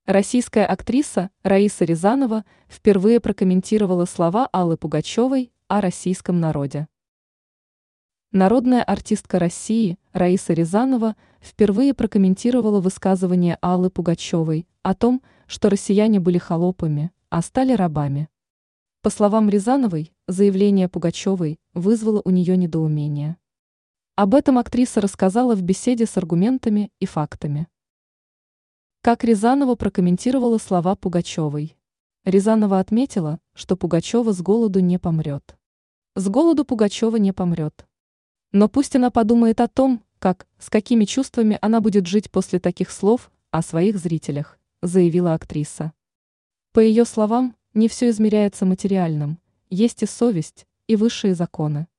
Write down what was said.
Российская актриса Раиса Рязанова впервые прокомментировала слова Аллы Пугачевой о российском народе. Народная артистка России Раиса Рязанова впервые прокомментировала высказывание Аллы Пугачевой о том, что россияне были холопами, а стали рабами. По словам Рязановой, заявление Пугачевой вызвало у нее недоумение. Об этом актриса рассказала в беседе с аргументами и фактами. Как Рязанова прокомментировала слова Пугачевой. Рязанова отметила, что Пугачева с голоду не помрет. С голоду Пугачева не помрет. Но пусть она подумает о том, с какими чувствами она будет жить после таких слов о своих зрителях, заявила актриса. По ее словам, не все измеряется материальным, есть и совесть, и высшие законы.